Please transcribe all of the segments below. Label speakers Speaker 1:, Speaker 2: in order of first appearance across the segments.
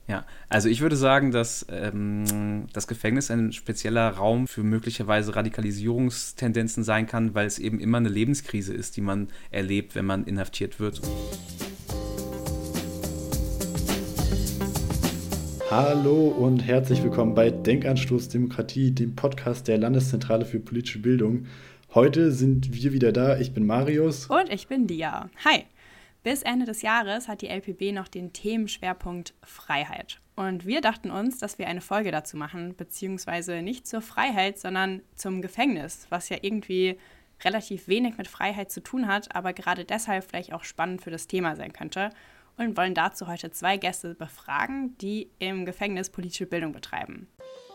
Speaker 1: Ja, also ich würde sagen, dass das Gefängnis ein spezieller Raum für möglicherweise Radikalisierungstendenzen sein kann, weil es eben immer eine Lebenskrise ist, die man erlebt, wenn man inhaftiert wird.
Speaker 2: Hallo und herzlich willkommen bei Denkanstoß Demokratie, dem Podcast der Landeszentrale für politische Bildung. Heute sind wir wieder da. Ich bin Marius.
Speaker 3: Und ich bin Dia. Hi. Bis Ende des Jahres hat die LPB noch den Themenschwerpunkt Freiheit. Und wir dachten uns, dass wir eine Folge dazu machen, beziehungsweise nicht zur Freiheit, sondern zum Gefängnis, was ja irgendwie relativ wenig mit Freiheit zu tun hat, aber gerade deshalb vielleicht auch spannend für das Thema sein könnte. Und wollen dazu heute 2 Gäste befragen, die im Gefängnis politische Bildung betreiben.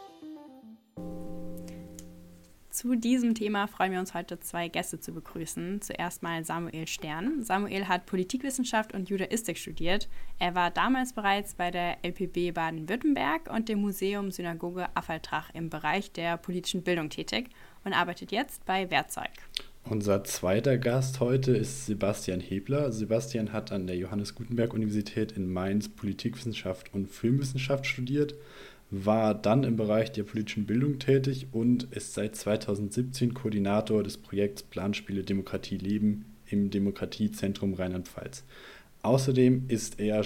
Speaker 3: Zu diesem Thema freuen wir uns heute 2 Gäste zu begrüßen. Zuerst mal Samuel Stern. Samuel hat Politikwissenschaft und Judaistik studiert. Er war damals bereits bei der LPB Baden-Württemberg und dem Museum Synagoge Affaltrach im Bereich der politischen Bildung tätig und arbeitet jetzt bei Werkzeug.
Speaker 2: Unser zweiter Gast heute ist Sebastian Hebler. Sebastian hat an der Johannes Gutenberg Universität in Mainz Politikwissenschaft und Filmwissenschaft studiert, war dann im Bereich der politischen Bildung tätig und ist seit 2017 Koordinator des Projekts Planspiele Demokratie leben im Demokratiezentrum Rheinland-Pfalz. Außerdem ist er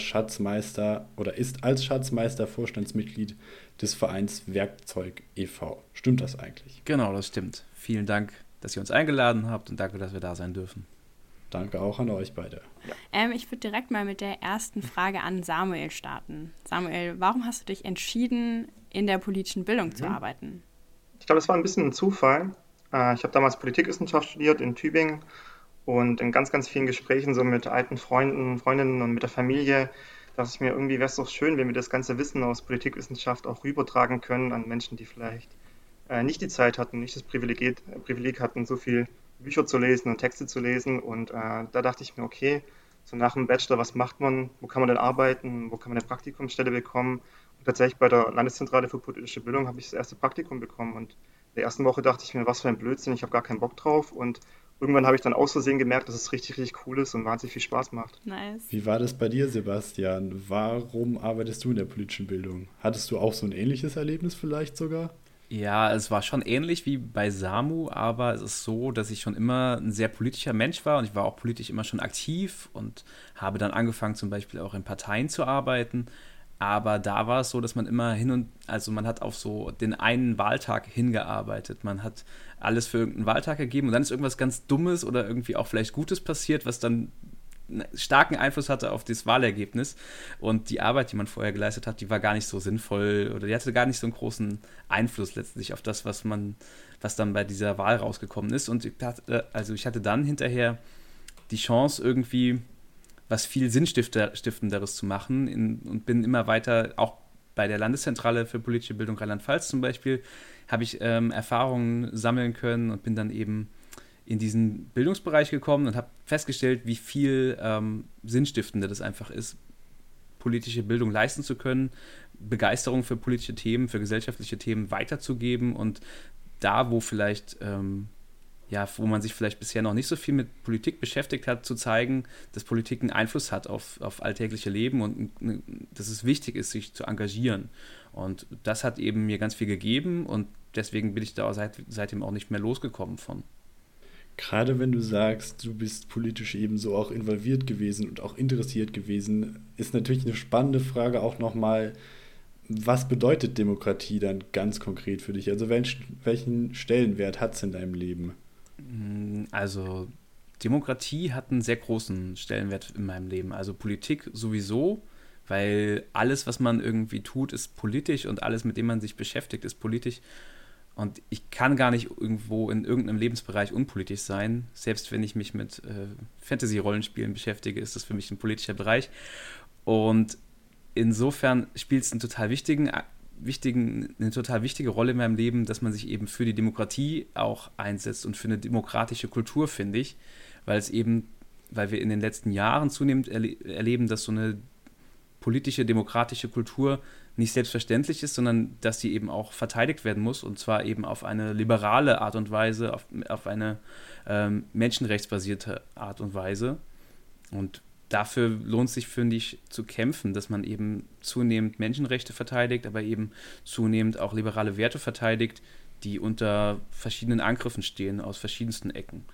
Speaker 2: als Schatzmeister Vorstandsmitglied des Vereins Werkzeug e.V. Stimmt das eigentlich?
Speaker 1: Genau, das stimmt. Vielen Dank, dass ihr uns eingeladen habt und danke, dass wir da sein dürfen.
Speaker 2: Danke auch an euch beide.
Speaker 3: Ich würde direkt mal mit der ersten Frage an Samuel starten. Samuel, warum hast du dich entschieden, in der politischen Bildung zu arbeiten?
Speaker 4: Ich glaube, das war ein bisschen ein Zufall. Ich habe damals Politikwissenschaft studiert in Tübingen und in ganz, ganz vielen Gesprächen so mit alten Freunden, Freundinnen und mit der Familie dachte ich mir, irgendwie wäre es doch schön, wenn wir das ganze Wissen aus Politikwissenschaft auch rübertragen können an Menschen, die vielleicht nicht die Zeit hatten, nicht das Privileg hatten, so viel Bücher zu lesen und Texte zu lesen. Und da dachte ich mir, okay, so nach dem Bachelor, was macht man? Wo kann man denn arbeiten? Wo kann man eine Praktikumsstelle bekommen? Und tatsächlich bei der Landeszentrale für politische Bildung habe ich das erste Praktikum bekommen. Und in der ersten Woche dachte ich mir, was für ein Blödsinn, ich habe gar keinen Bock drauf. Und irgendwann habe ich dann aus Versehen gemerkt, dass es richtig, richtig cool ist und wahnsinnig viel Spaß macht.
Speaker 3: Nice.
Speaker 2: Wie war das bei dir, Sebastian? Warum arbeitest du in der politischen Bildung? Hattest du auch so ein ähnliches Erlebnis vielleicht sogar?
Speaker 1: Ja, es war schon ähnlich wie bei Samu, aber es ist so, dass ich schon immer ein sehr politischer Mensch war und ich war auch politisch immer schon aktiv und habe dann angefangen, zum Beispiel auch in Parteien zu arbeiten. Aber da war es so, dass man immer man hat auf so den einen Wahltag hingearbeitet. Man hat alles für irgendeinen Wahltag gegeben und dann ist irgendwas ganz Dummes oder irgendwie auch vielleicht Gutes passiert, was dann einen starken Einfluss hatte auf das Wahlergebnis. Und die Arbeit, die man vorher geleistet hat, die war gar nicht so sinnvoll oder die hatte gar nicht so einen großen Einfluss letztlich auf das, was dann bei dieser Wahl rausgekommen ist. Und ich hatte dann hinterher die Chance, irgendwie was viel Sinnstiftenderes zu machen und bin immer weiter, auch bei der Landeszentrale für politische Bildung Rheinland-Pfalz zum Beispiel, habe ich Erfahrungen sammeln können und bin dann eben in diesen Bildungsbereich gekommen und habe festgestellt, wie viel sinnstiftender das einfach ist, politische Bildung leisten zu können, Begeisterung für politische Themen, für gesellschaftliche Themen weiterzugeben und da, wo man sich vielleicht bisher noch nicht so viel mit Politik beschäftigt hat, zu zeigen, dass Politik einen Einfluss hat auf alltägliche Leben und dass es wichtig ist, sich zu engagieren. Und das hat eben mir ganz viel gegeben und deswegen bin ich da seitdem auch nicht mehr losgekommen von.
Speaker 2: Gerade wenn du sagst, du bist politisch ebenso auch involviert gewesen und auch interessiert gewesen, ist natürlich eine spannende Frage auch nochmal, was bedeutet Demokratie dann ganz konkret für dich? Also welchen Stellenwert hat es in deinem Leben?
Speaker 1: Also Demokratie hat einen sehr großen Stellenwert in meinem Leben. Also Politik sowieso, weil alles, was man irgendwie tut, ist politisch und alles, mit dem man sich beschäftigt, ist politisch. Und ich kann gar nicht irgendwo in irgendeinem Lebensbereich unpolitisch sein. Selbst wenn ich mich mit Fantasy-Rollenspielen beschäftige, ist das für mich ein politischer Bereich. Und insofern spielt es eine total wichtige Rolle in meinem Leben, dass man sich eben für die Demokratie auch einsetzt und für eine demokratische Kultur, finde ich. Weil wir in den letzten Jahren zunehmend erleben, dass so eine politische, demokratische Kultur nicht selbstverständlich ist, sondern dass die eben auch verteidigt werden muss und zwar eben auf eine liberale Art und Weise, auf eine menschenrechtsbasierte Art und Weise. Und dafür lohnt es sich, finde ich, zu kämpfen, dass man eben zunehmend Menschenrechte verteidigt, aber eben zunehmend auch liberale Werte verteidigt, die unter verschiedenen Angriffen stehen, aus verschiedensten Ecken.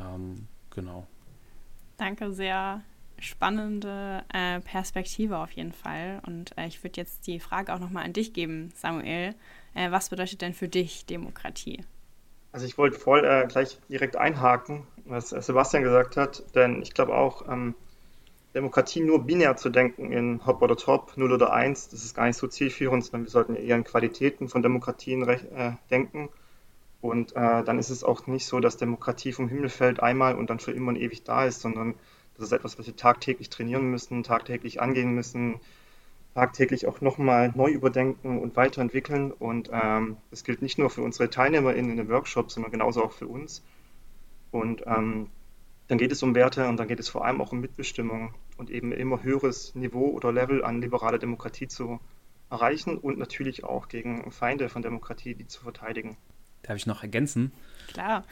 Speaker 1: Genau.
Speaker 3: Danke, sehr spannende Perspektive auf jeden Fall. Und ich würde jetzt die Frage auch nochmal an dich geben, Samuel. Was bedeutet denn für dich Demokratie?
Speaker 4: Also ich wollte voll gleich direkt einhaken, was Sebastian gesagt hat, denn ich glaube auch, Demokratie nur binär zu denken in Hop oder Top, 0 oder 1, das ist gar nicht so zielführend, sondern wir sollten eher in Qualitäten von Demokratien denken. Und dann ist es auch nicht so, dass Demokratie vom Himmel fällt einmal und dann für immer und ewig da ist, sondern das ist etwas, was wir tagtäglich trainieren müssen, tagtäglich angehen müssen, tagtäglich auch nochmal neu überdenken und weiterentwickeln. Und das gilt nicht nur für unsere TeilnehmerInnen in den Workshops, sondern genauso auch für uns. Und dann geht es um Werte und dann geht es vor allem auch um Mitbestimmung und eben immer höheres Niveau oder Level an liberaler Demokratie zu erreichen und natürlich auch gegen Feinde von Demokratie, die zu verteidigen.
Speaker 1: Darf ich noch ergänzen?
Speaker 3: Klar.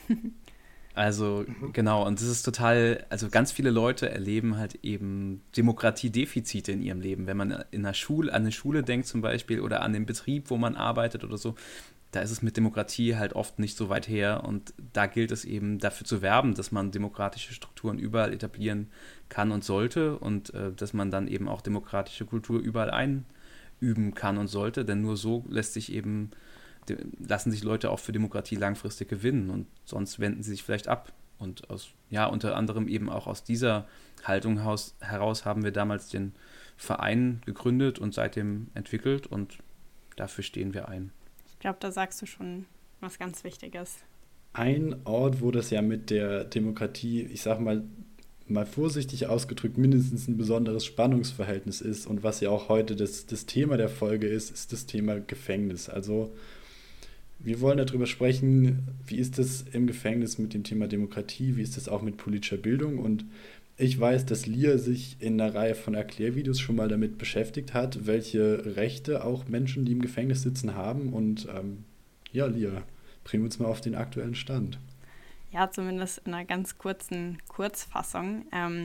Speaker 1: Also genau, und das ist total, also ganz viele Leute erleben halt eben Demokratiedefizite in ihrem Leben. Wenn man in einer Schule, an eine Schule denkt zum Beispiel oder an den Betrieb, wo man arbeitet oder so, da ist es mit Demokratie halt oft nicht so weit her und da gilt es eben dafür zu werben, dass man demokratische Strukturen überall etablieren kann und sollte und dass man dann eben auch demokratische Kultur überall einüben kann und sollte, denn nur so lassen sich Leute auch für Demokratie langfristig gewinnen und sonst wenden sie sich vielleicht ab. Und unter anderem eben auch aus dieser Haltung heraus haben wir damals den Verein gegründet und seitdem entwickelt und dafür stehen wir ein.
Speaker 3: Ich glaube, da sagst du schon was ganz Wichtiges.
Speaker 2: Ein Ort, wo das ja mit der Demokratie, ich sag mal vorsichtig ausgedrückt, mindestens ein besonderes Spannungsverhältnis ist und was ja auch heute das Thema der Folge ist das Thema Gefängnis. Also wir wollen darüber sprechen, wie ist es im Gefängnis mit dem Thema Demokratie, wie ist es auch mit politischer Bildung und ich weiß, dass Lia sich in einer Reihe von Erklärvideos schon mal damit beschäftigt hat, welche Rechte auch Menschen, die im Gefängnis sitzen, haben und ja, Lia, bring uns mal auf den aktuellen Stand.
Speaker 3: Ja, zumindest in einer ganz kurzen Kurzfassung.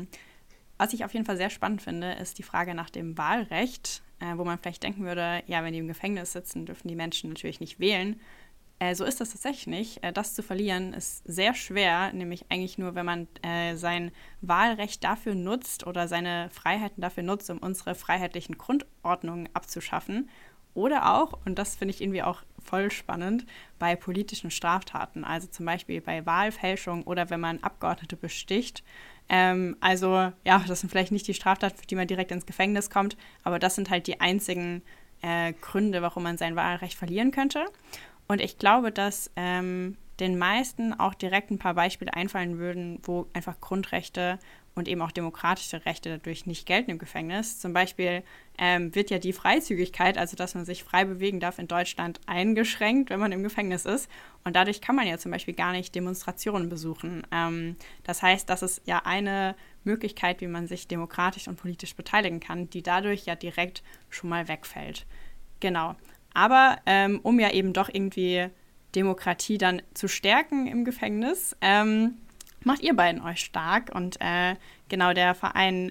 Speaker 3: Was ich auf jeden Fall sehr spannend finde, ist die Frage nach dem Wahlrecht, wo man vielleicht denken würde, ja, wenn die im Gefängnis sitzen, dürfen die Menschen natürlich nicht wählen. So ist das tatsächlich nicht. Das zu verlieren ist sehr schwer, nämlich eigentlich nur, wenn man sein Wahlrecht dafür nutzt oder seine Freiheiten dafür nutzt, um unsere freiheitlichen Grundordnungen abzuschaffen. Oder auch, und das finde ich irgendwie auch voll spannend, bei politischen Straftaten, also zum Beispiel bei Wahlfälschung oder wenn man Abgeordnete besticht. Also ja, das sind vielleicht nicht die Straftaten, für die man direkt ins Gefängnis kommt, aber das sind halt die einzigen Gründe, warum man sein Wahlrecht verlieren könnte. Und ich glaube, dass den meisten auch direkt ein paar Beispiele einfallen würden, wo einfach Grundrechte und eben auch demokratische Rechte dadurch nicht gelten im Gefängnis. Zum Beispiel wird ja die Freizügigkeit, also dass man sich frei bewegen darf in Deutschland, eingeschränkt, wenn man im Gefängnis ist. Und dadurch kann man ja zum Beispiel gar nicht Demonstrationen besuchen. Das heißt, das ist ja eine Möglichkeit, wie man sich demokratisch und politisch beteiligen kann, die dadurch ja direkt schon mal wegfällt. Genau. Aber um ja eben doch irgendwie Demokratie dann zu stärken im Gefängnis, macht ihr beiden euch stark. Und genau, der Verein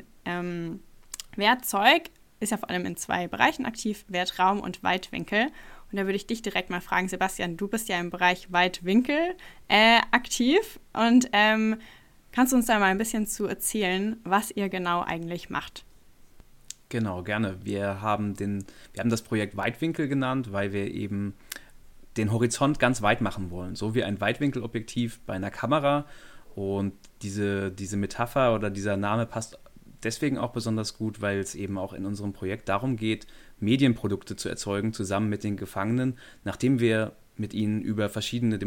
Speaker 3: Wertzeug ist ja vor allem in 2 Bereichen aktiv, Wertraum und Weitwinkel. Und da würde ich dich direkt mal fragen, Sebastian, du bist ja im Bereich Weitwinkel aktiv. Und kannst du uns da mal ein bisschen zu erzählen, was ihr genau eigentlich macht?
Speaker 1: Genau, gerne. Wir haben das Projekt Weitwinkel genannt, weil wir eben den Horizont ganz weit machen wollen. So wie ein Weitwinkelobjektiv bei einer Kamera. Und diese Metapher oder dieser Name passt deswegen auch besonders gut, weil es eben auch in unserem Projekt darum geht, Medienprodukte zu erzeugen, zusammen mit den Gefangenen, nachdem wir mit ihnen über verschiedene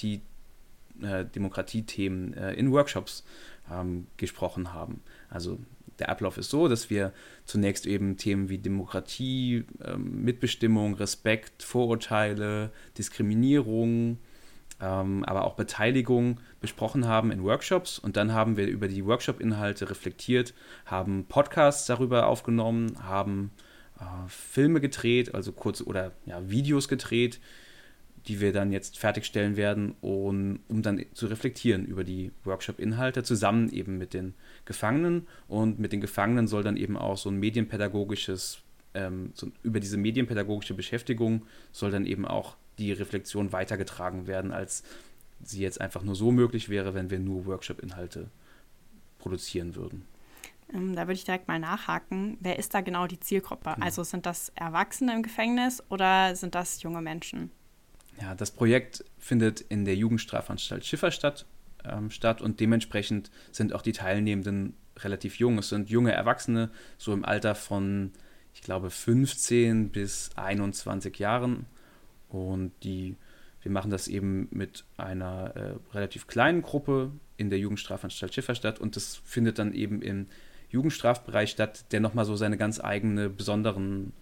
Speaker 1: Demokratiethemen in Workshops gesprochen haben. Also der Ablauf ist so, dass wir zunächst eben Themen wie Demokratie, Mitbestimmung, Respekt, Vorurteile, Diskriminierung, aber auch Beteiligung besprochen haben in Workshops und dann haben wir über die Workshop-Inhalte reflektiert, haben Podcasts darüber aufgenommen, haben Filme gedreht, also Videos gedreht, die wir dann jetzt fertigstellen werden, um dann zu reflektieren über die Workshop-Inhalte, zusammen eben mit den Gefangenen. Und mit den Gefangenen soll dann eben auch so ein medienpädagogisches, über diese medienpädagogische Beschäftigung soll dann eben auch die Reflexion weitergetragen werden, als sie jetzt einfach nur so möglich wäre, wenn wir nur Workshop-Inhalte produzieren würden.
Speaker 3: Da würde ich direkt mal nachhaken. Wer ist da genau die Zielgruppe? Genau. Also sind das Erwachsene im Gefängnis oder sind das junge Menschen?
Speaker 1: Ja, das Projekt findet in der Jugendstrafanstalt Schifferstadt statt und dementsprechend sind auch die Teilnehmenden relativ jung. Es sind junge Erwachsene, so im Alter von, ich glaube, 15 bis 21 Jahren. Und wir machen das eben mit einer relativ kleinen Gruppe in der Jugendstrafanstalt Schifferstadt und das findet dann eben im Jugendstrafbereich statt, der nochmal so seine ganz eigene Besonderheiten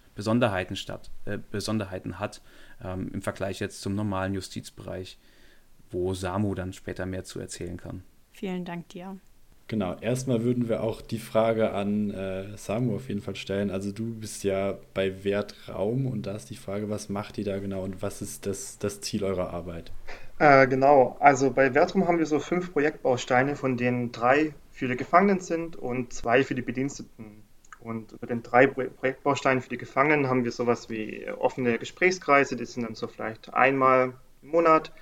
Speaker 1: hat, im Vergleich jetzt zum normalen Justizbereich, wo Samu dann später mehr zu erzählen kann.
Speaker 3: Vielen Dank dir.
Speaker 2: Genau, erstmal würden wir auch die Frage an Samu auf jeden Fall stellen. Also du bist ja bei Wertraum und da ist die Frage, was macht ihr da genau und was ist das Ziel eurer Arbeit?
Speaker 4: Genau, also bei Wertraum haben wir so 5 Projektbausteine, von denen 3 für die Gefangenen sind und 2 für die Bediensteten. Und bei den 3 Projektbausteinen für die Gefangenen haben wir sowas wie offene Gesprächskreise, die sind dann so vielleicht einmal im Monat.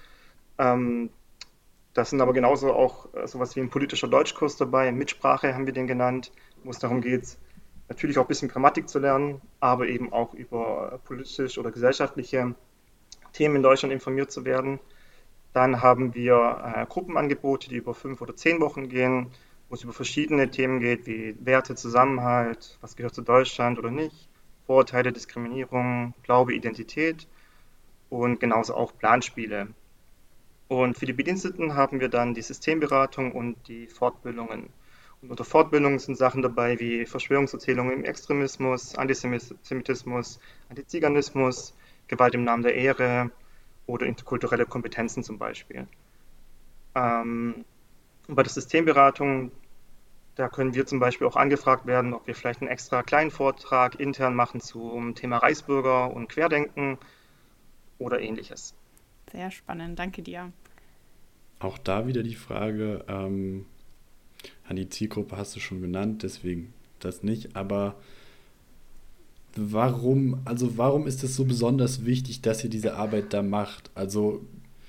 Speaker 4: Das sind aber genauso auch sowas wie ein politischer Deutschkurs dabei, Mitsprache haben wir den genannt, wo es darum geht, natürlich auch ein bisschen Grammatik zu lernen, aber eben auch über politische oder gesellschaftliche Themen in Deutschland informiert zu werden. Dann haben wir Gruppenangebote, die über 5 oder 10 Wochen gehen, wo es über verschiedene Themen geht, wie Werte, Zusammenhalt, was gehört zu Deutschland oder nicht, Vorurteile, Diskriminierung, Glaube, Identität und genauso auch Planspiele. Und für die Bediensteten haben wir dann die Systemberatung und die Fortbildungen. Und unter Fortbildungen sind Sachen dabei wie Verschwörungserzählungen im Extremismus, Antisemitismus, Antiziganismus, Gewalt im Namen der Ehre oder interkulturelle Kompetenzen zum Beispiel. Und bei der Systemberatung, da können wir zum Beispiel auch angefragt werden, ob wir vielleicht einen extra kleinen Vortrag intern machen zum Thema Reichsbürger und Querdenken oder ähnliches.
Speaker 3: Sehr spannend, danke dir.
Speaker 2: Auch da wieder die Frage, an die Zielgruppe hast du schon genannt, deswegen das nicht, aber warum ist es so besonders wichtig, dass ihr diese Arbeit da macht? Also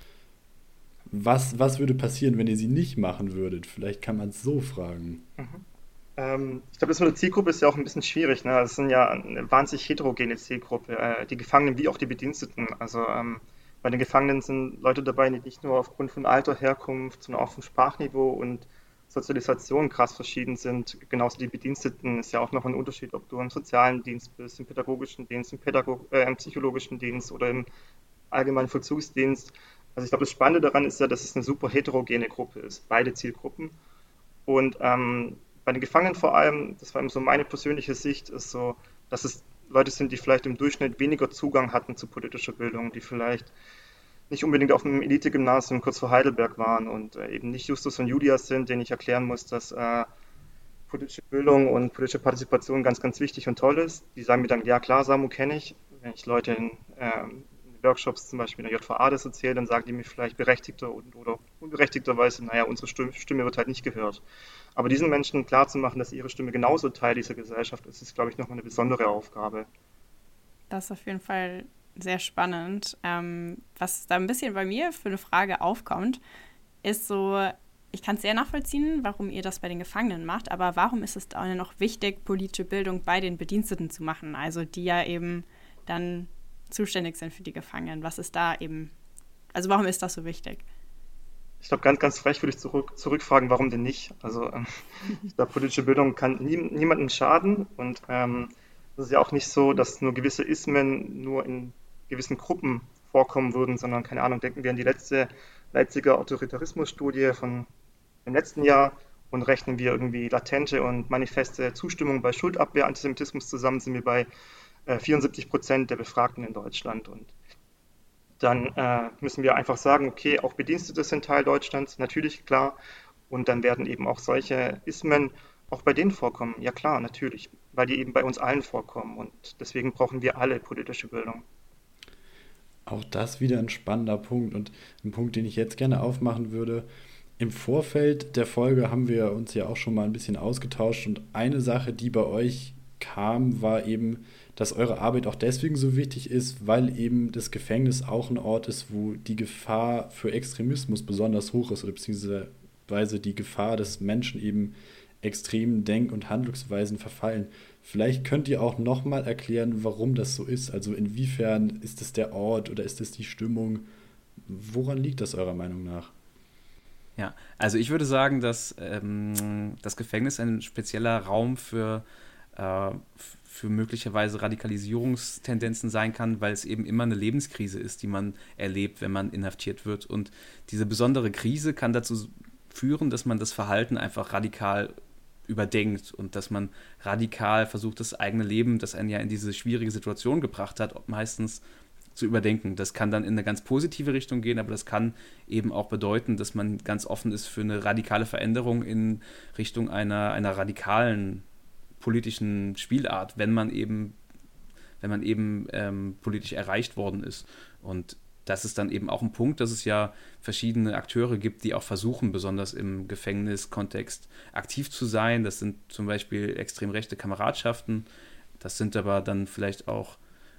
Speaker 2: was würde passieren, wenn ihr sie nicht machen würdet? Vielleicht kann man es so fragen.
Speaker 4: Ich glaube, das mit der Zielgruppe ist ja auch ein bisschen schwierig. Ne? Das sind ja eine wahnsinnig heterogene Zielgruppe, die Gefangenen wie auch die Bediensteten. Also bei den Gefangenen sind Leute dabei, die nicht nur aufgrund von Alter, Herkunft, sondern auch vom Sprachniveau und Sozialisation krass verschieden sind. Genauso die Bediensteten ist ja auch noch ein Unterschied, ob du im sozialen Dienst bist, im pädagogischen Dienst, im psychologischen Dienst oder im allgemeinen Vollzugsdienst. Also ich glaube, das Spannende daran ist ja, dass es eine super heterogene Gruppe ist, beide Zielgruppen. Und bei den Gefangenen vor allem, das war eben so meine persönliche Sicht, ist so, dass es Leute sind, die vielleicht im Durchschnitt weniger Zugang hatten zu politischer Bildung, die vielleicht nicht unbedingt auf einem Elite-Gymnasium kurz vor Heidelberg waren und eben nicht Justus und Julius sind, denen ich erklären muss, dass politische Bildung und politische Partizipation ganz, ganz wichtig und toll ist. Die sagen mir dann, ja klar, Samu kenne ich. Wenn ich Leute in Workshops zum Beispiel in der JVA das erzähle, dann sagen die mir vielleicht berechtigter oder unberechtigterweise, naja, unsere Stimme wird halt nicht gehört. Aber diesen Menschen klarzumachen, dass ihre Stimme genauso Teil dieser Gesellschaft ist, ist, glaube ich, nochmal eine besondere Aufgabe.
Speaker 3: Das ist auf jeden Fall sehr spannend. Was da ein bisschen bei mir für eine Frage aufkommt, ist so, ich kann es sehr nachvollziehen, warum ihr das bei den Gefangenen macht, aber warum ist es dann noch wichtig, politische Bildung bei den Bediensteten zu machen, also die ja eben dann zuständig sind für die Gefangenen? Was ist da eben, also warum ist das so wichtig?
Speaker 4: Ich glaube, ganz, ganz frech würde ich zurückfragen, warum denn nicht? Also ich glaube, politische Bildung kann niemandem schaden und es ist ja auch nicht so, dass nur gewisse Ismen nur in gewissen Gruppen vorkommen würden, sondern, keine Ahnung, denken wir an die letzte Leipziger Autoritarismusstudie von dem letzten Jahr und rechnen wir irgendwie latente und manifeste Zustimmung bei Schuldabwehr, Antisemitismus zusammen, sind wir bei 74% der Befragten in Deutschland. Und dann müssen wir einfach sagen, okay, auch Bedienstete sind Teil Deutschlands, natürlich, klar. Und dann werden eben auch solche Ismen auch bei denen vorkommen. Ja klar, natürlich, weil die eben bei uns allen vorkommen. Und deswegen brauchen wir alle politische Bildung.
Speaker 2: Auch das wieder ein spannender Punkt und ein Punkt, den ich jetzt gerne aufmachen würde. Im Vorfeld der Folge haben wir uns ja auch schon mal ein bisschen ausgetauscht und eine Sache, die bei euch kam, war eben, dass eure Arbeit auch deswegen so wichtig ist, weil eben das Gefängnis auch ein Ort ist, wo die Gefahr für Extremismus besonders hoch ist oder beziehungsweise die Gefahr, dass Menschen eben extremen Denk- und Handlungsweisen verfallen. Vielleicht könnt ihr auch nochmal erklären, warum das so ist. Also inwiefern ist es der Ort oder ist es die Stimmung? Woran liegt das eurer Meinung nach?
Speaker 1: Ja, also ich würde sagen, dass das Gefängnis ein spezieller Raum für möglicherweise Radikalisierungstendenzen sein kann, weil es eben immer eine Lebenskrise ist, die man erlebt, wenn man inhaftiert wird. Und diese besondere Krise kann dazu führen, dass man das Verhalten einfach radikal überdenkt und dass man radikal versucht, das eigene Leben, das einen ja in diese schwierige Situation gebracht hat, meistens zu überdenken. Das kann dann in eine ganz positive Richtung gehen, aber das kann eben auch bedeuten, dass man ganz offen ist für eine radikale Veränderung in Richtung einer radikalen politischen Spielart, wenn man eben politisch erreicht worden ist. Und das ist dann eben auch ein Punkt, dass es ja verschiedene Akteure gibt, die auch versuchen, besonders im Gefängniskontext aktiv zu sein. Das sind zum Beispiel extrem rechte Kameradschaften. Das sind aber dann vielleicht auch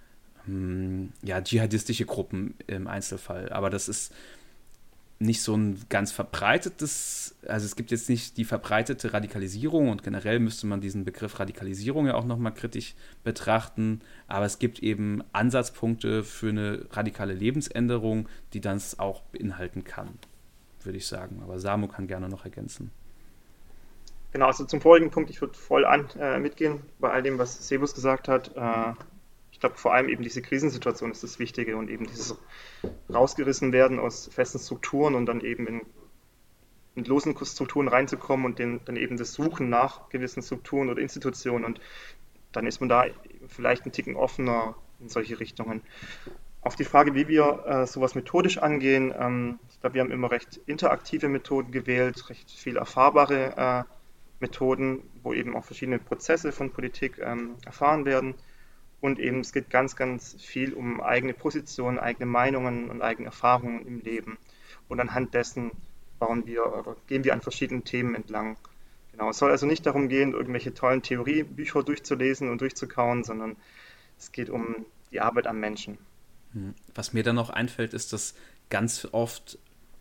Speaker 1: ja, dschihadistische Gruppen im Einzelfall. Aber das ist nicht so ein ganz verbreitetes, also es gibt jetzt nicht die verbreitete Radikalisierung und generell müsste man diesen Begriff Radikalisierung ja auch nochmal kritisch betrachten, aber es gibt eben Ansatzpunkte für eine radikale Lebensänderung, die das auch beinhalten kann, würde ich sagen. Aber Samu kann gerne noch ergänzen.
Speaker 4: Genau, also zum vorigen Punkt, ich würde voll mitgehen bei all dem, was Sebus gesagt hat. Ich glaube, vor allem eben diese Krisensituation ist das Wichtige und eben dieses rausgerissen werden aus festen Strukturen und dann eben in losen Strukturen reinzukommen und dann eben das Suchen nach gewissen Strukturen oder Institutionen und dann ist man da vielleicht ein Ticken offener in solche Richtungen. Auf die Frage, wie wir sowas methodisch angehen, ich glaube, wir haben immer recht interaktive Methoden gewählt, recht viel erfahrbare Methoden, wo eben auch verschiedene Prozesse von Politik erfahren werden. Und eben es geht ganz, ganz viel um eigene Positionen, eigene Meinungen und eigene Erfahrungen im Leben. Und anhand dessen gehen wir an verschiedenen Themen entlang. Genau, es soll also nicht darum gehen, irgendwelche tollen Theoriebücher durchzulesen und durchzukauen, sondern es geht um die Arbeit am Menschen.
Speaker 1: Was mir dann noch einfällt, ist, dass ganz oft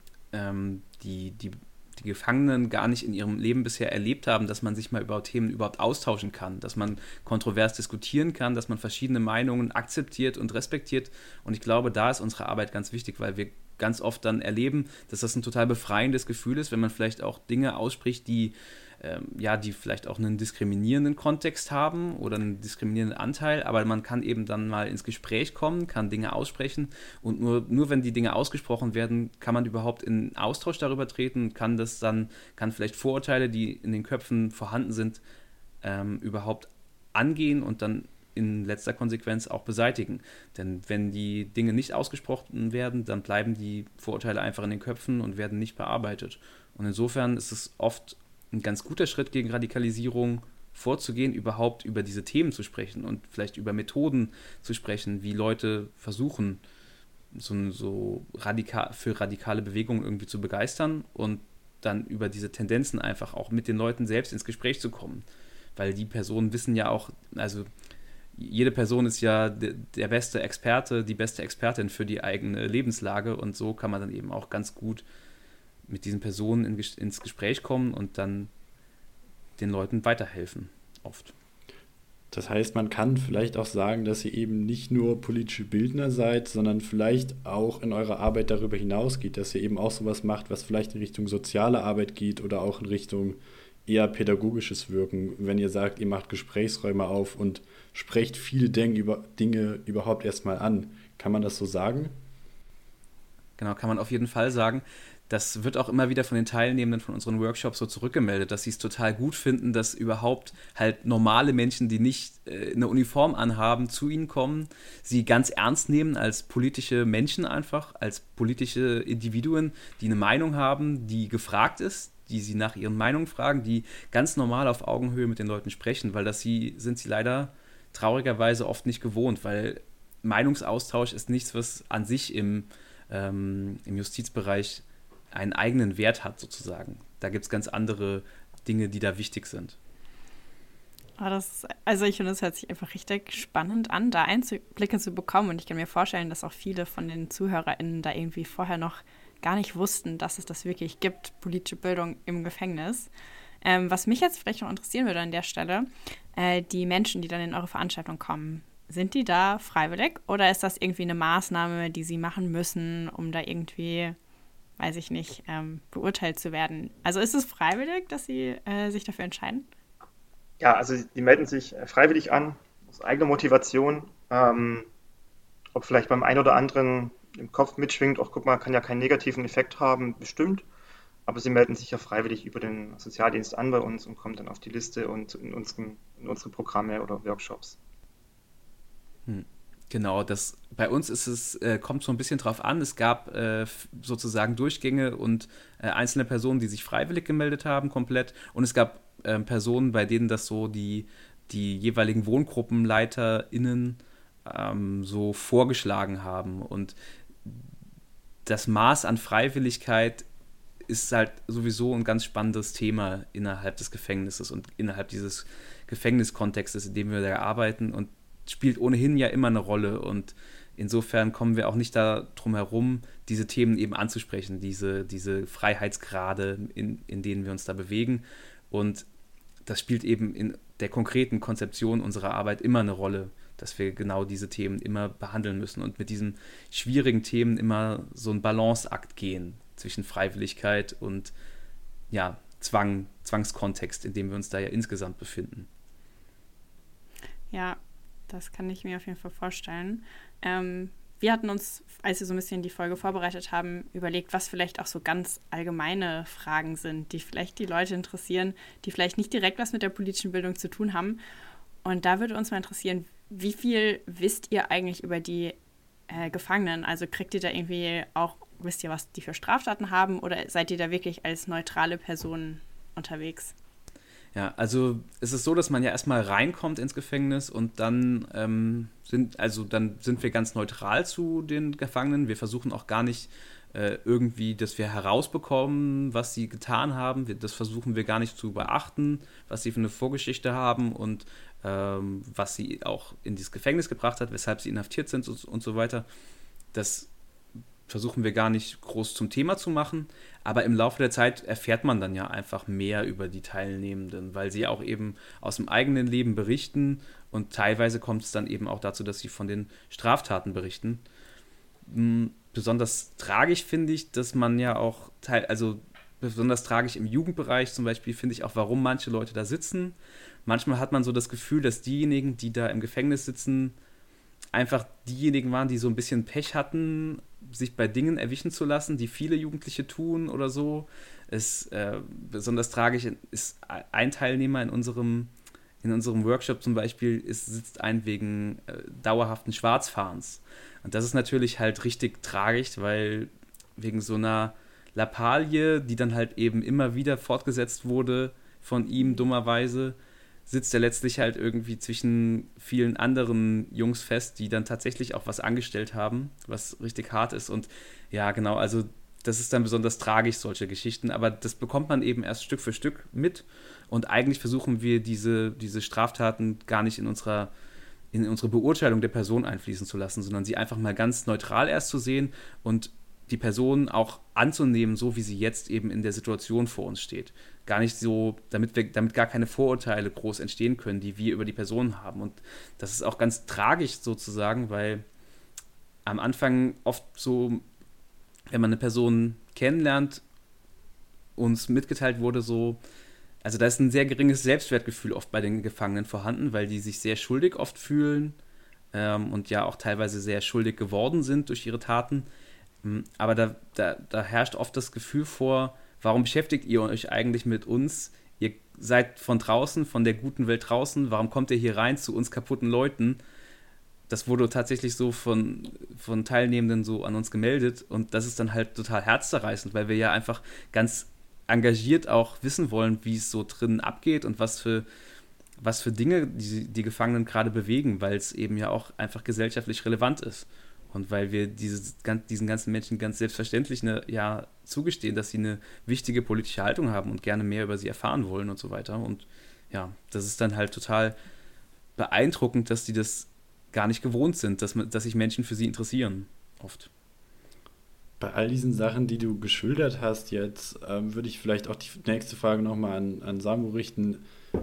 Speaker 1: die Gefangenen gar nicht in ihrem Leben bisher erlebt haben, dass man sich mal über Themen überhaupt austauschen kann, dass man kontrovers diskutieren kann, dass man verschiedene Meinungen akzeptiert und respektiert. Und ich glaube, da ist unsere Arbeit ganz wichtig, weil wir ganz oft dann erleben, dass das ein total befreiendes Gefühl ist, wenn man vielleicht auch Dinge ausspricht, die vielleicht auch einen diskriminierenden Kontext haben oder einen diskriminierenden Anteil, aber man kann eben dann mal ins Gespräch kommen, kann Dinge aussprechen und nur wenn die Dinge ausgesprochen werden, kann man überhaupt in Austausch darüber treten, kann vielleicht Vorurteile, die in den Köpfen vorhanden sind, überhaupt angehen und dann in letzter Konsequenz auch beseitigen. Denn wenn die Dinge nicht ausgesprochen werden, dann bleiben die Vorurteile einfach in den Köpfen und werden nicht bearbeitet. Und insofern ist es oft ein ganz guter Schritt gegen Radikalisierung vorzugehen, überhaupt über diese Themen zu sprechen und vielleicht über Methoden zu sprechen, wie Leute versuchen, für radikale Bewegungen irgendwie zu begeistern und dann über diese Tendenzen einfach auch mit den Leuten selbst ins Gespräch zu kommen. Weil die Personen wissen ja auch, also jede Person ist ja der beste Experte, die beste Expertin für die eigene Lebenslage und so kann man dann eben auch ganz gut mit diesen Personen ins Gespräch kommen und dann den Leuten weiterhelfen, oft.
Speaker 2: Das heißt, man kann vielleicht auch sagen, dass ihr eben nicht nur politische Bildner seid, sondern vielleicht auch in eurer Arbeit darüber hinausgeht, dass ihr eben auch sowas macht, was vielleicht in Richtung soziale Arbeit geht oder auch in Richtung eher pädagogisches Wirken, wenn ihr sagt, ihr macht Gesprächsräume auf und sprecht viele Dinge überhaupt erstmal an. Kann man das so sagen?
Speaker 1: Genau, kann man auf jeden Fall sagen. Das wird auch immer wieder von den Teilnehmenden von unseren Workshops so zurückgemeldet, dass sie es total gut finden, dass überhaupt halt normale Menschen, die nicht eine Uniform anhaben, zu ihnen kommen, sie ganz ernst nehmen als politische Menschen einfach, als politische Individuen, die eine Meinung haben, die gefragt ist, die sie nach ihren Meinungen fragen, die ganz normal auf Augenhöhe mit den Leuten sprechen, weil sind sie leider traurigerweise oft nicht gewohnt, weil Meinungsaustausch ist nichts, was an sich im Justizbereich einen eigenen Wert hat, sozusagen. Da gibt es ganz andere Dinge, die da wichtig sind.
Speaker 3: Also ich finde, es hört sich einfach richtig spannend an, da Einblicke zu bekommen. Und ich kann mir vorstellen, dass auch viele von den ZuhörerInnen da irgendwie vorher noch gar nicht wussten, dass es das wirklich gibt, politische Bildung im Gefängnis. Was mich jetzt vielleicht noch interessieren würde an der Stelle, die Menschen, die dann in eure Veranstaltung kommen, sind die da freiwillig oder ist das irgendwie eine Maßnahme, die sie machen müssen, um da irgendwie, weiß ich nicht, beurteilt zu werden? Also ist es freiwillig, dass sie sich dafür entscheiden?
Speaker 4: Ja, also die melden sich freiwillig an, aus eigener Motivation. Ob vielleicht beim einen oder anderen im Kopf mitschwingt, auch guck mal, kann ja keinen negativen Effekt haben, bestimmt. Aber sie melden sich ja freiwillig über den Sozialdienst an bei uns und kommen dann auf die Liste und in unsere Programme oder Workshops.
Speaker 1: Genau, bei uns kommt so ein bisschen drauf an. Es gab sozusagen Durchgänge und einzelne Personen, die sich freiwillig gemeldet haben, komplett. Und es gab Personen, bei denen das so die jeweiligen WohngruppenleiterInnen so vorgeschlagen haben. Und das Maß an Freiwilligkeit ist halt sowieso ein ganz spannendes Thema innerhalb des Gefängnisses und innerhalb dieses Gefängniskontextes, in dem wir da arbeiten, und spielt ohnehin ja immer eine Rolle. Und insofern kommen wir auch nicht darum herum, diese Themen eben anzusprechen, diese Freiheitsgrade, in denen wir uns da bewegen. Und das spielt eben in der konkreten Konzeption unserer Arbeit immer eine Rolle, dass wir genau diese Themen immer behandeln müssen und mit diesen schwierigen Themen immer so einen Balanceakt gehen zwischen Freiwilligkeit und ja, Zwangskontext, in dem wir uns da ja insgesamt befinden.
Speaker 3: Ja, das kann ich mir auf jeden Fall vorstellen. Wir hatten uns, als wir so ein bisschen die Folge vorbereitet haben, überlegt, was vielleicht auch so ganz allgemeine Fragen sind, die vielleicht die Leute interessieren, die vielleicht nicht direkt was mit der politischen Bildung zu tun haben. Und da würde uns mal interessieren, wie viel wisst ihr eigentlich über die Gefangenen? Also kriegt ihr da irgendwie auch, wisst ihr, was die für Straftaten haben, oder seid ihr da wirklich als neutrale Person unterwegs?
Speaker 1: Ja, also es ist so, dass man ja erstmal reinkommt ins Gefängnis und dann sind wir ganz neutral zu den Gefangenen. Wir versuchen auch gar nicht irgendwie, dass wir herausbekommen, was sie getan haben. Das versuchen wir gar nicht zu beachten, was sie für eine Vorgeschichte haben und was sie auch in dieses Gefängnis gebracht hat, weshalb sie inhaftiert sind und so weiter. Das versuchen wir gar nicht groß zum Thema zu machen, aber im Laufe der Zeit erfährt man dann ja einfach mehr über die Teilnehmenden, weil sie auch eben aus dem eigenen Leben berichten und teilweise kommt es dann eben auch dazu, dass sie von den Straftaten berichten. Besonders tragisch finde ich, dass man ja auch, besonders tragisch im Jugendbereich zum Beispiel, finde ich auch, warum manche Leute da sitzen. Manchmal hat man so das Gefühl, dass diejenigen, die da im Gefängnis sitzen, einfach diejenigen waren, die so ein bisschen Pech hatten, sich bei Dingen erwischen zu lassen, die viele Jugendliche tun oder so. Besonders tragisch ist ein Teilnehmer in unserem Workshop zum Beispiel, sitzt ein wegen dauerhaften Schwarzfahrens. Und das ist natürlich halt richtig tragisch, weil wegen so einer Lappalie, die dann halt eben immer wieder fortgesetzt wurde von ihm dummerweise, sitzt er letztlich halt irgendwie zwischen vielen anderen Jungs fest, die dann tatsächlich auch was angestellt haben, was richtig hart ist. Und ja, genau, also das ist dann besonders tragisch, solche Geschichten. Aber das bekommt man eben erst Stück für Stück mit. Und eigentlich versuchen wir diese Straftaten gar nicht in unsere Beurteilung der Person einfließen zu lassen, sondern sie einfach mal ganz neutral erst zu sehen und die Person auch anzunehmen, so wie sie jetzt eben in der Situation vor uns steht. Gar nicht so, damit gar keine Vorurteile groß entstehen können, die wir über die Person haben. Und das ist auch ganz tragisch sozusagen, weil am Anfang oft so, wenn man eine Person kennenlernt, uns mitgeteilt wurde so, also da ist ein sehr geringes Selbstwertgefühl oft bei den Gefangenen vorhanden, weil die sich sehr schuldig oft fühlen und ja auch teilweise sehr schuldig geworden sind durch ihre Taten. Aber da herrscht oft das Gefühl vor, warum beschäftigt ihr euch eigentlich mit uns? Ihr seid von draußen, von der guten Welt draußen, warum kommt ihr hier rein zu uns kaputten Leuten? Das wurde tatsächlich so von Teilnehmenden so an uns gemeldet und das ist dann halt total herzzerreißend, weil wir ja einfach ganz engagiert auch wissen wollen, wie es so drinnen abgeht und was für was für Dinge die Gefangenen gerade bewegen, weil es eben ja auch einfach gesellschaftlich relevant ist. Und weil wir diesen ganzen Menschen ganz selbstverständlich zugestehen, dass sie eine wichtige politische Haltung haben und gerne mehr über sie erfahren wollen und so weiter. Und ja, das ist dann halt total beeindruckend, dass die das gar nicht gewohnt sind, dass sich Menschen für sie interessieren, oft.
Speaker 2: Bei all diesen Sachen, die du geschildert hast jetzt, würde ich vielleicht auch die nächste Frage nochmal an Samu richten.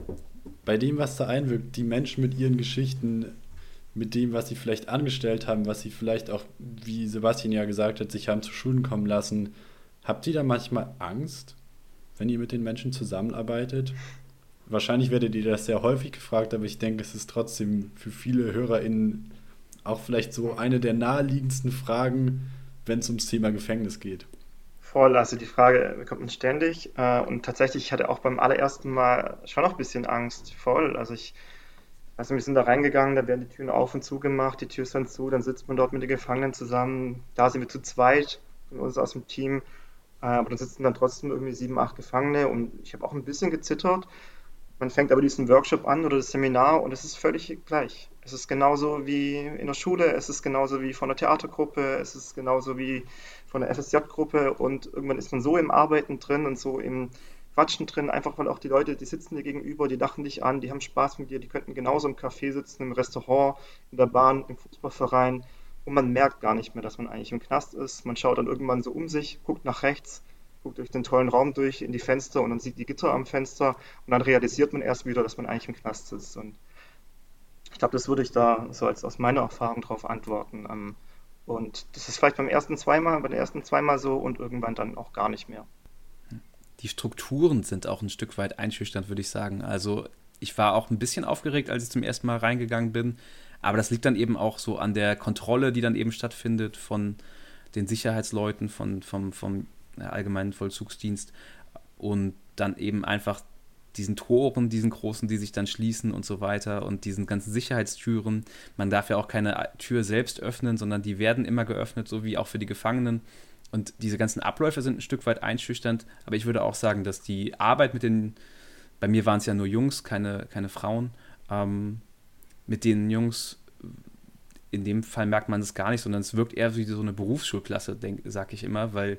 Speaker 2: Bei dem, was da einwirkt, die Menschen mit ihren Geschichten, mit dem, was sie vielleicht angestellt haben, was sie vielleicht auch, wie Sebastian ja gesagt hat, sich haben zu Schulden kommen lassen, habt ihr da manchmal Angst, wenn ihr mit den Menschen zusammenarbeitet? Wahrscheinlich werdet ihr das sehr häufig gefragt, aber ich denke, es ist trotzdem für viele HörerInnen auch vielleicht so eine der naheliegendsten Fragen, wenn es ums Thema Gefängnis geht.
Speaker 4: Voll, also die Frage bekommt man ständig. Und tatsächlich, ich hatte auch beim allerersten Mal schon noch ein bisschen Angst. Voll. Also wir sind da reingegangen, da werden die Türen auf und zu gemacht, die Tür ist dann zu, dann sitzt man dort mit den Gefangenen zusammen. Da sind wir zu zweit von uns aus dem Team. Aber dann sitzen dann trotzdem irgendwie 7, 8 Gefangene und ich habe auch ein bisschen gezittert. Man fängt aber diesen Workshop an oder das Seminar und es ist völlig gleich. Es ist genauso wie in der Schule, es ist genauso wie von der Theatergruppe, es ist genauso wie von der FSJ-Gruppe und irgendwann ist man so im Arbeiten drin und so im Quatschen drin, einfach weil auch die Leute, die sitzen dir gegenüber, die lachen dich an, die haben Spaß mit dir, die könnten genauso im Café sitzen, im Restaurant, in der Bahn, im Fußballverein und man merkt gar nicht mehr, dass man eigentlich im Knast ist. Man schaut dann irgendwann so um sich, guckt nach rechts, guckt durch den tollen Raum durch in die Fenster und dann sieht die Gitter am Fenster und dann realisiert man erst wieder, dass man eigentlich im Knast sitzt. Und ich glaube, das würde ich da so als aus meiner Erfahrung drauf antworten. Und das ist vielleicht bei den ersten zweimal so und irgendwann dann auch gar nicht mehr.
Speaker 1: Die Strukturen sind auch ein Stück weit einschüchternd, würde ich sagen. Also ich war auch ein bisschen aufgeregt, als ich zum ersten Mal reingegangen bin, aber das liegt dann eben auch so an der Kontrolle, die dann eben stattfindet von den Sicherheitsleuten, vom allgemeinen Vollzugsdienst und dann eben einfach diesen Toren, diesen großen, die sich dann schließen und so weiter und diesen ganzen Sicherheitstüren. Man darf ja auch keine Tür selbst öffnen, sondern die werden immer geöffnet, so wie auch für die Gefangenen. Und diese ganzen Abläufe sind ein Stück weit einschüchternd, aber ich würde auch sagen, dass die Arbeit bei mir waren es ja nur Jungs, keine Frauen, mit den Jungs, in dem Fall merkt man es gar nicht, sondern es wirkt eher wie so eine Berufsschulklasse, sag ich immer, weil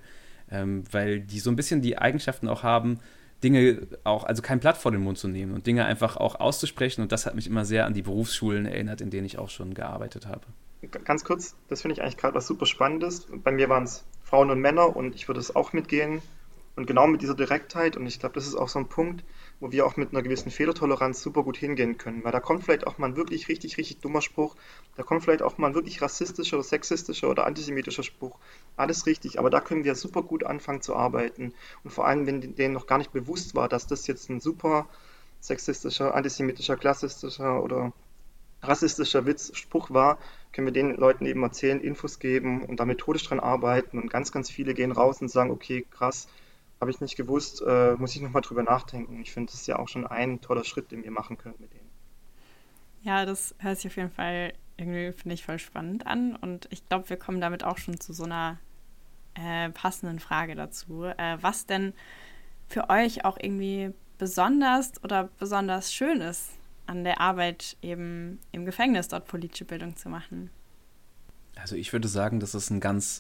Speaker 1: die so ein bisschen die Eigenschaften auch haben, Dinge auch, also kein Blatt vor den Mund zu nehmen und Dinge einfach auch auszusprechen und das hat mich immer sehr an die Berufsschulen erinnert, in denen ich auch schon gearbeitet habe.
Speaker 4: Ganz kurz, das finde ich eigentlich gerade was super Spannendes. Bei mir waren es Frauen und Männer und ich würde es auch mitgehen und genau mit dieser Direktheit und ich glaube, das ist auch so ein Punkt, wo wir auch mit einer gewissen Fehlertoleranz super gut hingehen können, weil da kommt vielleicht auch mal ein wirklich richtig, richtig dummer Spruch, da kommt vielleicht auch mal ein wirklich rassistischer oder sexistischer oder antisemitischer Spruch, alles richtig, aber da können wir super gut anfangen zu arbeiten und vor allem, wenn denen noch gar nicht bewusst war, dass das jetzt ein super sexistischer, antisemitischer, klassistischer oder rassistischer Spruch war, können wir den Leuten eben erzählen, Infos geben und da methodisch dran arbeiten und ganz, ganz viele gehen raus und sagen, okay, krass, habe ich nicht gewusst, muss ich nochmal drüber nachdenken. Ich finde, das ist ja auch schon ein toller Schritt, den wir machen können mit denen.
Speaker 3: Ja, das hört sich auf jeden Fall irgendwie, finde ich, voll spannend an und ich glaube, wir kommen damit auch schon zu so einer passenden Frage dazu. Was denn für euch auch irgendwie besonders oder besonders schön ist, an der Arbeit eben im Gefängnis dort politische Bildung zu machen?
Speaker 1: Also ich würde sagen, dass es ein ganz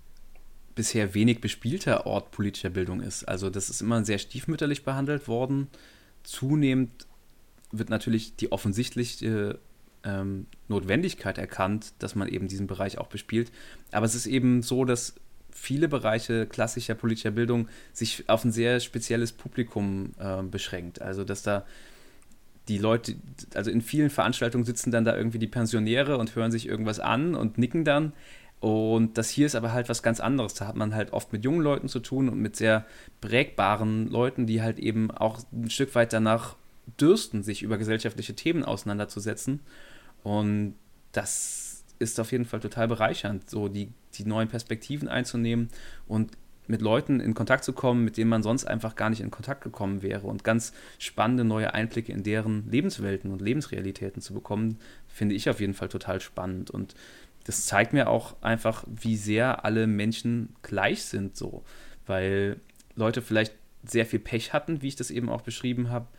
Speaker 1: bisher wenig bespielter Ort politischer Bildung ist. Also das ist immer sehr stiefmütterlich behandelt worden. Zunehmend wird natürlich die offensichtliche Notwendigkeit erkannt, dass man eben diesen Bereich auch bespielt. Aber es ist eben so, dass viele Bereiche klassischer politischer Bildung sich auf ein sehr spezielles Publikum beschränkt. Also dass da die Leute, also in vielen Veranstaltungen sitzen dann da irgendwie die Pensionäre und hören sich irgendwas an und nicken dann. Und das hier ist aber halt was ganz anderes. Da hat man halt oft mit jungen Leuten zu tun und mit sehr prägbaren Leuten, die halt eben auch ein Stück weit danach dürsten, sich über gesellschaftliche Themen auseinanderzusetzen. Und das ist auf jeden Fall total bereichernd, so die neuen Perspektiven einzunehmen und mit Leuten in Kontakt zu kommen, mit denen man sonst einfach gar nicht in Kontakt gekommen wäre und ganz spannende neue Einblicke in deren Lebenswelten und Lebensrealitäten zu bekommen, finde ich auf jeden Fall total spannend. Und das zeigt mir auch einfach, wie sehr alle Menschen gleich sind, so, weil Leute vielleicht sehr viel Pech hatten, wie ich das eben auch beschrieben habe,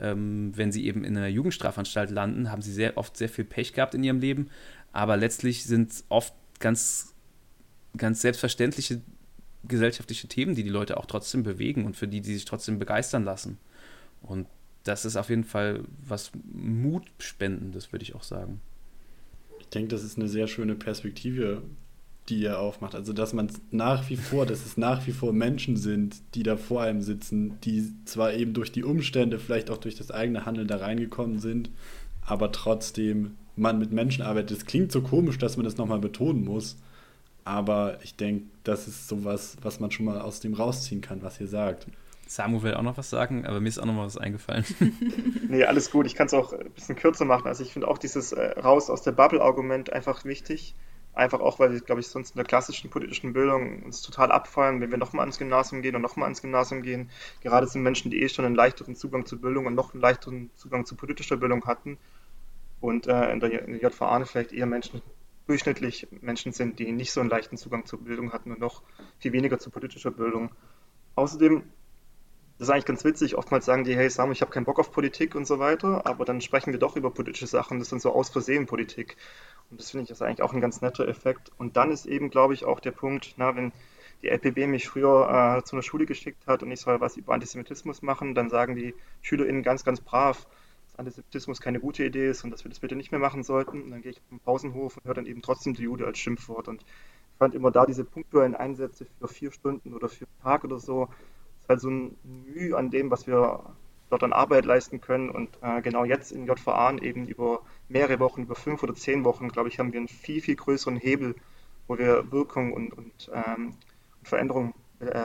Speaker 1: wenn sie eben in einer Jugendstrafanstalt landen, haben sie sehr oft sehr viel Pech gehabt in ihrem Leben, aber letztlich sind es oft ganz, ganz selbstverständliche gesellschaftliche Themen, die Leute auch trotzdem bewegen und für die sich trotzdem begeistern lassen. Und das ist auf jeden Fall was Mutspendendes, würde ich auch sagen.
Speaker 2: Ich denke, das ist eine sehr schöne Perspektive, die ihr aufmacht. Also, dass es nach wie vor Menschen sind, die da vor einem sitzen, die zwar eben durch die Umstände, vielleicht auch durch das eigene Handeln da reingekommen sind, aber trotzdem man mit Menschen arbeitet. Es klingt so komisch, dass man das nochmal betonen muss, aber ich denke, das ist sowas, was man schon mal aus dem rausziehen kann, was ihr sagt.
Speaker 1: Samu will auch noch was sagen, aber mir ist auch noch mal was eingefallen.
Speaker 4: Nee, alles gut. Ich kann es auch ein bisschen kürzer machen. Also ich finde auch dieses Raus aus der Bubble-Argument einfach wichtig. Einfach auch, weil wir, glaube ich, sonst in der klassischen politischen Bildung uns total abfallen, wenn wir nochmal ans Gymnasium gehen und nochmal ans Gymnasium gehen. Gerade sind Menschen, die schon einen leichteren Zugang zu Bildung und noch einen leichteren Zugang zu politischer Bildung hatten. Und in der JVA vielleicht eher durchschnittlich Menschen sind, die nicht so einen leichten Zugang zur Bildung hatten und noch viel weniger zu politischer Bildung. Außerdem, das ist eigentlich ganz witzig, oftmals sagen die, hey Samu, ich habe keinen Bock auf Politik und so weiter, aber dann sprechen wir doch über politische Sachen, das sind so aus Versehen Politik. Und das finde ich ist eigentlich auch ein ganz netter Effekt. Und dann ist eben, glaube ich, auch der Punkt, wenn die LPB mich früher zu einer Schule geschickt hat und ich soll was über Antisemitismus machen, dann sagen die SchülerInnen ganz, ganz brav, dass Antisemitismus keine gute Idee ist und dass wir das bitte nicht mehr machen sollten. Und dann gehe ich auf den Pausenhof und höre dann eben trotzdem die Jude als Schimpfwort. Und ich fand immer da diese punktuellen Einsätze für 4 Stunden oder für einen Tag oder so, ist halt so ein Mühe an dem, was wir dort an Arbeit leisten können. Und genau jetzt in JVA eben über mehrere Wochen, über 5 oder 10 Wochen, glaube ich, haben wir einen viel, viel größeren Hebel, wo wir Wirkung und Veränderung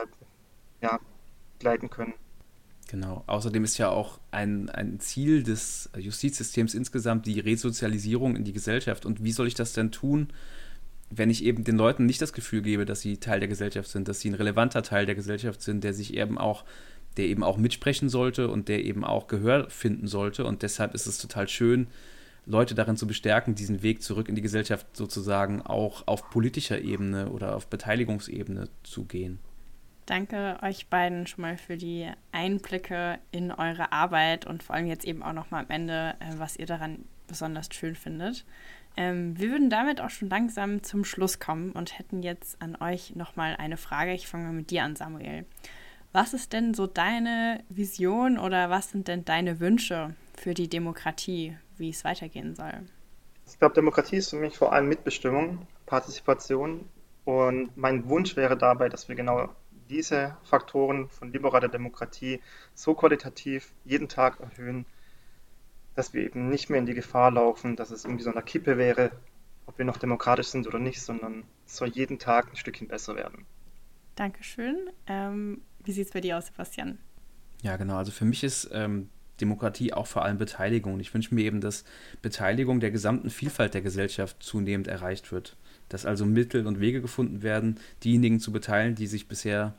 Speaker 4: begleiten können.
Speaker 1: Genau. Außerdem ist ja auch ein Ziel des Justizsystems insgesamt die Resozialisierung in die Gesellschaft. Und wie soll ich das denn tun, wenn ich eben den Leuten nicht das Gefühl gebe, dass sie Teil der Gesellschaft sind, dass sie ein relevanter Teil der Gesellschaft sind, der eben auch mitsprechen sollte und der eben auch Gehör finden sollte. Und deshalb ist es total schön, Leute darin zu bestärken, diesen Weg zurück in die Gesellschaft sozusagen auch auf politischer Ebene oder auf Beteiligungsebene zu gehen.
Speaker 3: Danke euch beiden schon mal für die Einblicke in eure Arbeit und vor allem jetzt eben auch nochmal am Ende, was ihr daran besonders schön findet. Wir würden damit auch schon langsam zum Schluss kommen und hätten jetzt an euch nochmal eine Frage. Ich fange mal mit dir an, Samuel. Was ist denn so deine Vision oder was sind denn deine Wünsche für die Demokratie, wie es weitergehen soll?
Speaker 4: Ich glaube, Demokratie ist für mich vor allem Mitbestimmung, Partizipation. Und mein Wunsch wäre dabei, dass wir genau diese Faktoren von liberaler Demokratie so qualitativ jeden Tag erhöhen, dass wir eben nicht mehr in die Gefahr laufen, dass es irgendwie so eine Kippe wäre, ob wir noch demokratisch sind oder nicht, sondern es soll jeden Tag ein Stückchen besser werden.
Speaker 3: Dankeschön. Wie sieht es bei dir aus, Sebastian?
Speaker 1: Ja, genau. Also für mich ist Demokratie auch vor allem Beteiligung. Ich wünsche mir eben, dass Beteiligung der gesamten Vielfalt der Gesellschaft zunehmend erreicht wird. Dass also Mittel und Wege gefunden werden, diejenigen zu beteiligen, die bisher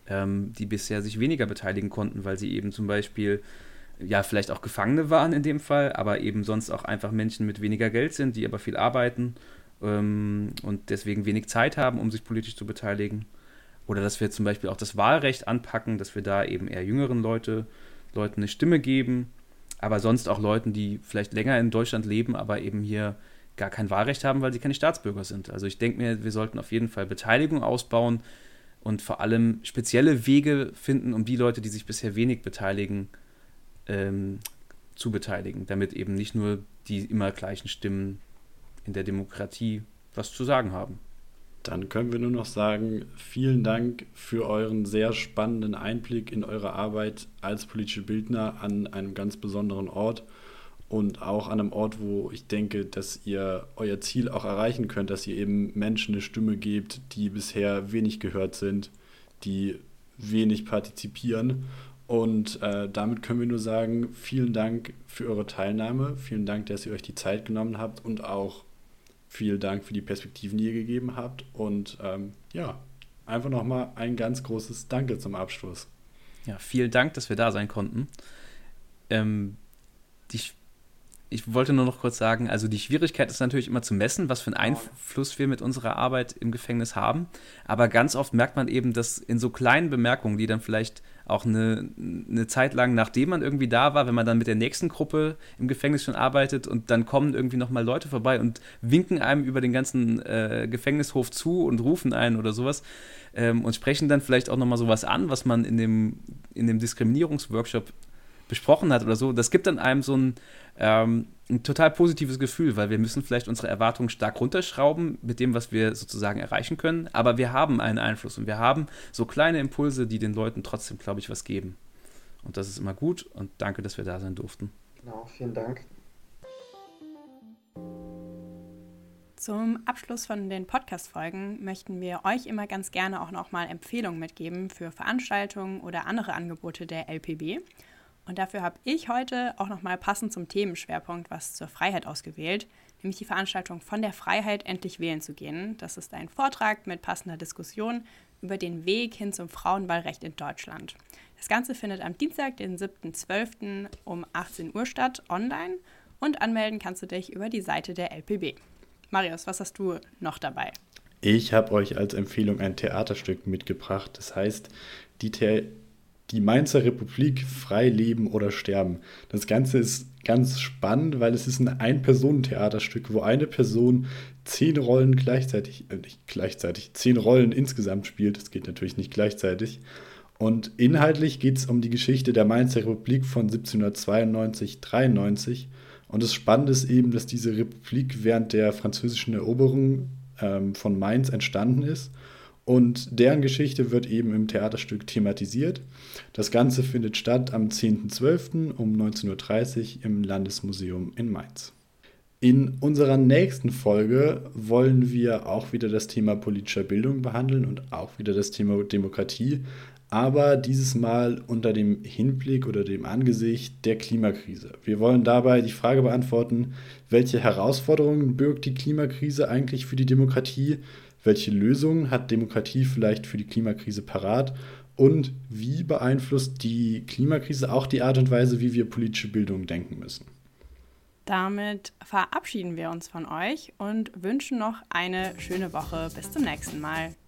Speaker 1: sich weniger beteiligen konnten, weil sie eben zum Beispiel ja vielleicht auch Gefangene waren in dem Fall, aber eben sonst auch einfach Menschen mit weniger Geld sind, die aber viel arbeiten und deswegen wenig Zeit haben, um sich politisch zu beteiligen. Oder dass wir zum Beispiel auch das Wahlrecht anpacken, dass wir da eben eher jüngeren Leuten eine Stimme geben, aber sonst auch Leuten, die vielleicht länger in Deutschland leben, aber eben hier gar kein Wahlrecht haben, weil sie keine Staatsbürger sind. Also ich denke mir, wir sollten auf jeden Fall Beteiligung ausbauen und vor allem spezielle Wege finden, um die Leute, die sich bisher wenig beteiligen, zu beteiligen, damit eben nicht nur die immer gleichen Stimmen in der Demokratie was zu sagen haben.
Speaker 2: Dann können wir nur noch sagen, vielen Dank für euren sehr spannenden Einblick in eure Arbeit als politische Bildner an einem ganz besonderen Ort und auch an einem Ort, wo ich denke, dass ihr euer Ziel auch erreichen könnt, dass ihr eben Menschen eine Stimme gebt, die bisher wenig gehört sind, die wenig partizipieren. Und damit können wir nur sagen, vielen Dank für eure Teilnahme, vielen Dank, dass ihr euch die Zeit genommen habt und auch vielen Dank für die Perspektiven, die ihr gegeben habt. Und einfach nochmal ein ganz großes Danke zum Abschluss.
Speaker 1: Ja, vielen Dank, dass wir da sein konnten. Ich wollte nur noch kurz sagen, also die Schwierigkeit ist natürlich immer zu messen, was für einen Einfluss wir mit unserer Arbeit im Gefängnis haben. Aber ganz oft merkt man eben, dass in so kleinen Bemerkungen, die dann vielleicht auch eine Zeit lang, nachdem man irgendwie da war, wenn man dann mit der nächsten Gruppe im Gefängnis schon arbeitet und dann kommen irgendwie nochmal Leute vorbei und winken einem über den ganzen Gefängnishof zu und rufen einen oder sowas und sprechen dann vielleicht auch nochmal sowas an, was man in dem Diskriminierungsworkshop besprochen hat oder so. Das gibt dann einem so ein total positives Gefühl, weil wir müssen vielleicht unsere Erwartungen stark runterschrauben mit dem, was wir sozusagen erreichen können, aber wir haben einen Einfluss und wir haben so kleine Impulse, die den Leuten trotzdem, glaube ich, was geben. Und das ist immer gut und danke, dass wir da sein durften.
Speaker 4: Genau, vielen Dank.
Speaker 3: Zum Abschluss von den Podcast-Folgen möchten wir euch immer ganz gerne auch nochmal Empfehlungen mitgeben für Veranstaltungen oder andere Angebote der LPB. Und dafür habe ich heute auch nochmal passend zum Themenschwerpunkt was zur Freiheit ausgewählt, nämlich die Veranstaltung Von der Freiheit endlich wählen zu gehen. Das ist ein Vortrag mit passender Diskussion über den Weg hin zum Frauenwahlrecht in Deutschland. Das Ganze findet am Dienstag, den 7.12. um 18 Uhr statt, online, und anmelden kannst du dich über die Seite der LPB. Marius, was hast du noch dabei?
Speaker 2: Ich habe euch als Empfehlung ein Theaterstück mitgebracht. Das heißt, die Mainzer Republik, frei leben oder sterben. Das Ganze ist ganz spannend, weil es ist ein Ein-Personen-Theaterstück, wo eine Person 10 Rollen nicht 10 Rollen insgesamt spielt. Das geht natürlich nicht gleichzeitig. Und inhaltlich geht es um die Geschichte der Mainzer Republik von 1792-93. Und das Spannende ist eben, dass diese Republik während der französischen Eroberung von Mainz entstanden ist. Und deren Geschichte wird eben im Theaterstück thematisiert. Das Ganze findet statt am 10.12. um 19.30 Uhr im Landesmuseum in Mainz. In unserer nächsten Folge wollen wir auch wieder das Thema politischer Bildung behandeln und auch wieder das Thema Demokratie, aber dieses Mal unter dem Hinblick oder dem Angesicht der Klimakrise. Wir wollen dabei die Frage beantworten, welche Herausforderungen birgt die Klimakrise eigentlich für die Demokratie? Welche Lösungen hat Demokratie vielleicht für die Klimakrise parat? Und wie beeinflusst die Klimakrise auch die Art und Weise, wie wir politische Bildung denken müssen?
Speaker 3: Damit verabschieden wir uns von euch und wünschen noch eine schöne Woche. Bis zum nächsten Mal.